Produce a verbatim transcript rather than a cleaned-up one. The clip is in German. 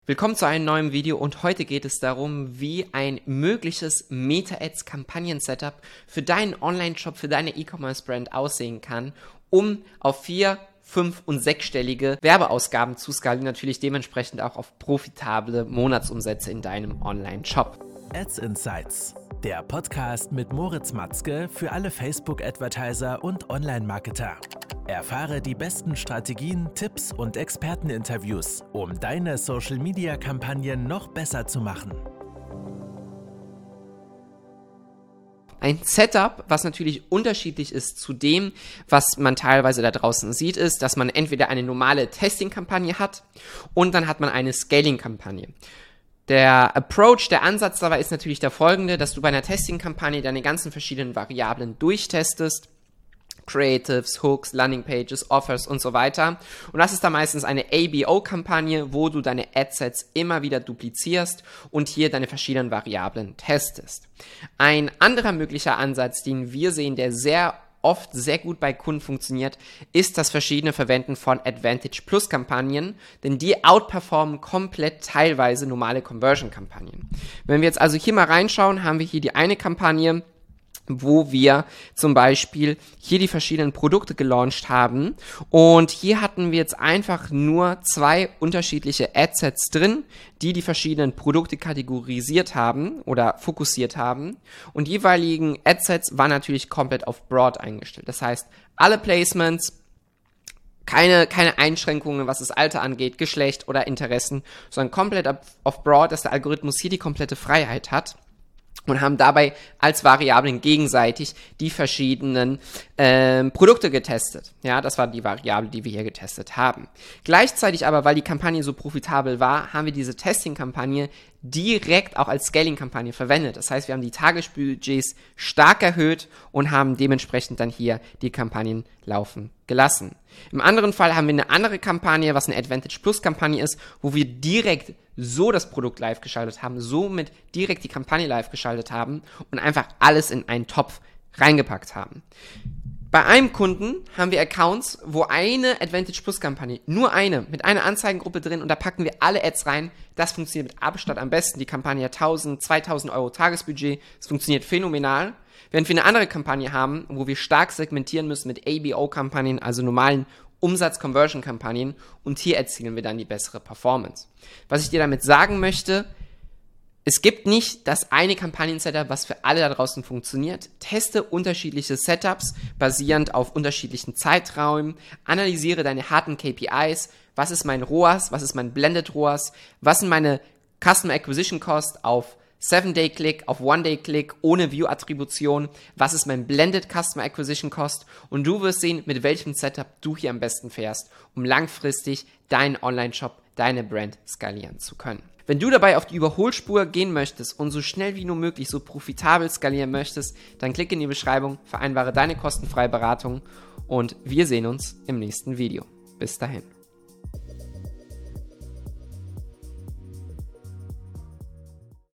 Willkommen zu einem neuen Video und heute geht es darum, wie ein mögliches Meta-Ads-Kampagnen-Setup für deinen Online-Shop, für deine E-Commerce-Brand aussehen kann, um auf vier, fünf und sechsstellige Werbeausgaben zu skalieren, natürlich dementsprechend auch auf profitable Monatsumsätze in deinem Online-Shop. Ads Insights, der Podcast mit Moritz Matzke für alle Facebook-Advertiser und Online-Marketer. Erfahre die besten Strategien, Tipps und Experteninterviews, um deine Social-Media-Kampagnen noch besser zu machen. Ein Setup, was natürlich unterschiedlich ist zu dem, was man teilweise da draußen sieht, ist, dass man entweder eine normale Testing-Kampagne hat und dann hat man eine Scaling-Kampagne. Der Approach, der Ansatz dabei ist natürlich der folgende, dass du bei einer Testing-Kampagne deine ganzen verschiedenen Variablen durchtestest, Creatives, Hooks, Landingpages, Offers und so weiter. Und das ist dann meistens eine A B O-Kampagne, wo du deine Adsets immer wieder duplizierst und hier deine verschiedenen Variablen testest. Ein anderer möglicher Ansatz, den wir sehen, der sehr oft sehr gut bei Kunden funktioniert, ist das verschiedene Verwenden von Advantage Plus Kampagnen, denn die outperformen komplett teilweise normale Conversion Kampagnen. Wenn wir jetzt also hier mal reinschauen, haben wir hier die eine Kampagne, wo wir zum Beispiel hier die verschiedenen Produkte gelauncht haben und hier hatten wir jetzt einfach nur zwei unterschiedliche Adsets drin, die die verschiedenen Produkte kategorisiert haben oder fokussiert haben und die jeweiligen Adsets waren natürlich komplett auf Broad eingestellt. Das heißt, alle Placements, Keine, keine Einschränkungen, was das Alter angeht, Geschlecht oder Interessen, sondern komplett auf Broad, dass der Algorithmus hier die komplette Freiheit hat. Und haben dabei als Variablen gegenseitig die verschiedenen ähm, Produkte getestet. Ja, das war die Variable, die wir hier getestet haben. Gleichzeitig aber, weil die Kampagne so profitabel war, haben wir diese Testing-Kampagne direkt auch als Scaling-Kampagne verwendet. Das heißt, wir haben die Tagesbudgets stark erhöht und haben dementsprechend dann hier die Kampagnen laufen gelassen. Im anderen Fall haben wir eine andere Kampagne, was eine Advantage Plus Kampagne ist, wo wir direkt so das Produkt live geschaltet haben, somit direkt die Kampagne live geschaltet haben und einfach alles in einen Topf reingepackt haben. Bei einem Kunden haben wir Accounts, wo eine Advantage Plus Kampagne, nur eine, mit einer Anzeigengruppe drin und da packen wir alle Ads rein. Das funktioniert mit Abstand am besten. Die Kampagne hat tausend, zweitausend Euro Tagesbudget. Es funktioniert phänomenal. Während wir eine andere Kampagne haben, wo wir stark segmentieren müssen mit A B O-Kampagnen, also normalen Umsatz-Conversion-Kampagnen und hier erzielen wir dann die bessere Performance. Was ich dir damit sagen möchte, es gibt nicht das eine Kampagnen-Setup, was für alle da draußen funktioniert. Teste unterschiedliche Setups basierend auf unterschiedlichen Zeiträumen. Analysiere deine harten K P Is. Was ist mein R O A S? Was ist mein Blended R O A S? Was sind meine Customer Acquisition Cost auf seven day Click, auf one day Click, ohne View-Attribution? Was ist mein Blended Customer Acquisition Cost? Und du wirst sehen, mit welchem Setup du hier am besten fährst, um langfristig deinen Online-Shop, deine Brand skalieren zu können. Wenn du dabei auf die Überholspur gehen möchtest und so schnell wie nur möglich so profitabel skalieren möchtest, dann klick in die Beschreibung, vereinbare deine kostenfreie Beratung und wir sehen uns im nächsten Video. Bis dahin.